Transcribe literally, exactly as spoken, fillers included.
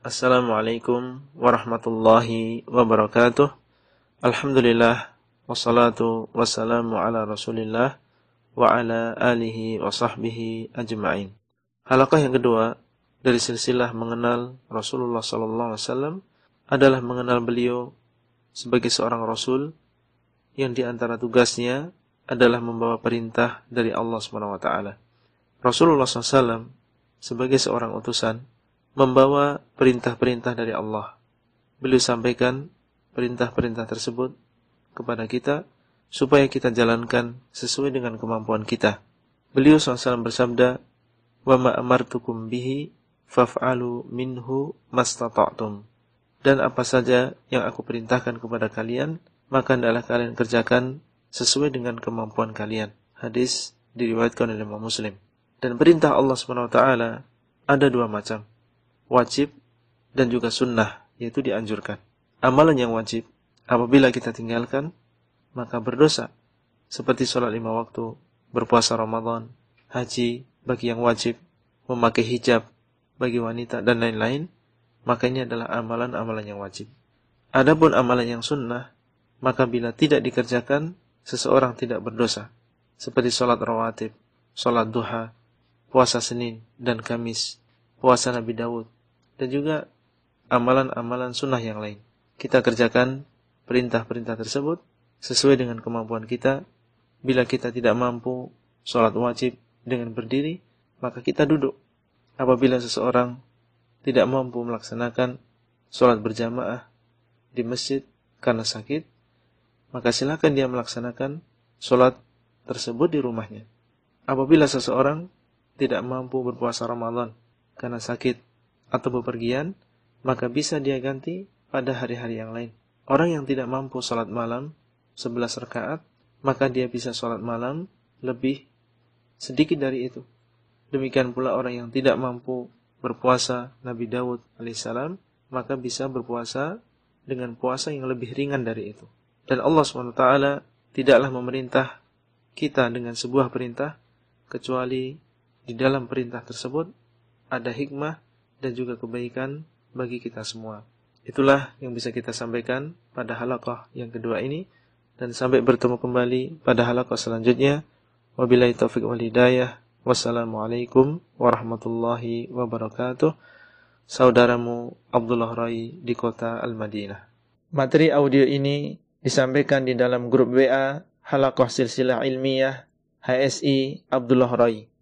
Assalamualaikum warahmatullahi wabarakatuh. Alhamdulillah, wassalatu wassalamu ala rasulillah wa ala alihi wa sahbihi ajma'in. Halaqah yang kedua dari silsilah mengenal Rasulullah sallallahu alaihi wasallam adalah mengenal beliau sebagai seorang rasul yang di antara tugasnya adalah membawa perintah dari Allah subhanahu wa taala. Rasulullah sallallahu alaihi wasallam sebagai seorang utusan membawa perintah-perintah dari Allah. Beliau sampaikan perintah-perintah tersebut kepada kita supaya kita jalankan sesuai dengan kemampuan kita. Beliau sallallahu alaihi wasallam bersabda, "Wa ma amartukum bihi faf'alu minhu mastata'tum." Dan apa saja yang aku perintahkan kepada kalian, maka hendaklah kalian kerjakan sesuai dengan kemampuan kalian. Hadis diriwayatkan oleh Imam Muslim. Dan perintah Allah Subhanahu wa taala ada dua macam, wajib dan juga sunnah, yaitu dianjurkan. Amalan yang wajib, apabila kita tinggalkan, maka berdosa. Seperti sholat lima waktu, berpuasa Ramadan, haji bagi yang wajib, memakai hijab bagi wanita, dan lain-lain, maka ini adalah amalan-amalan yang wajib. Adapun amalan yang sunnah, maka bila tidak dikerjakan, seseorang tidak berdosa. Seperti sholat rawatib, sholat duha, puasa Senin dan Kamis, puasa Nabi Daud, dan juga amalan-amalan sunnah yang lain. Kita kerjakan perintah-perintah tersebut sesuai dengan kemampuan kita. Bila kita tidak mampu sholat wajib dengan berdiri, maka kita duduk. Apabila seseorang tidak mampu melaksanakan sholat berjamaah di masjid karena sakit, maka silakan dia melaksanakan sholat tersebut di rumahnya. Apabila seseorang tidak mampu berpuasa Ramadan karena sakit atau bepergian, maka bisa dia ganti pada hari-hari yang lain. Orang yang tidak mampu salat malam sebelas rakaat, maka dia bisa salat malam lebih sedikit dari itu. Demikian pula orang yang tidak mampu berpuasa Nabi Daud alaihissalam, maka bisa berpuasa dengan puasa yang lebih ringan dari itu. Dan Allah subhanahu wa taala tidaklah memerintah kita dengan sebuah perintah kecuali di dalam perintah tersebut ada hikmah dan juga kebaikan bagi kita semua. Itulah yang bisa kita sampaikan pada halaqah yang kedua ini, dan sampai bertemu kembali pada halaqah selanjutnya. Wabillahi taufiq wal hidayah. Wassalamualaikum warahmatullahi wabarakatuh. Saudaramu Abdullah Rai di kota Al-Madinah. Materi audio ini disampaikan di dalam grup W A Halaqah Silsilah Ilmiah H S I Abdullah Rai.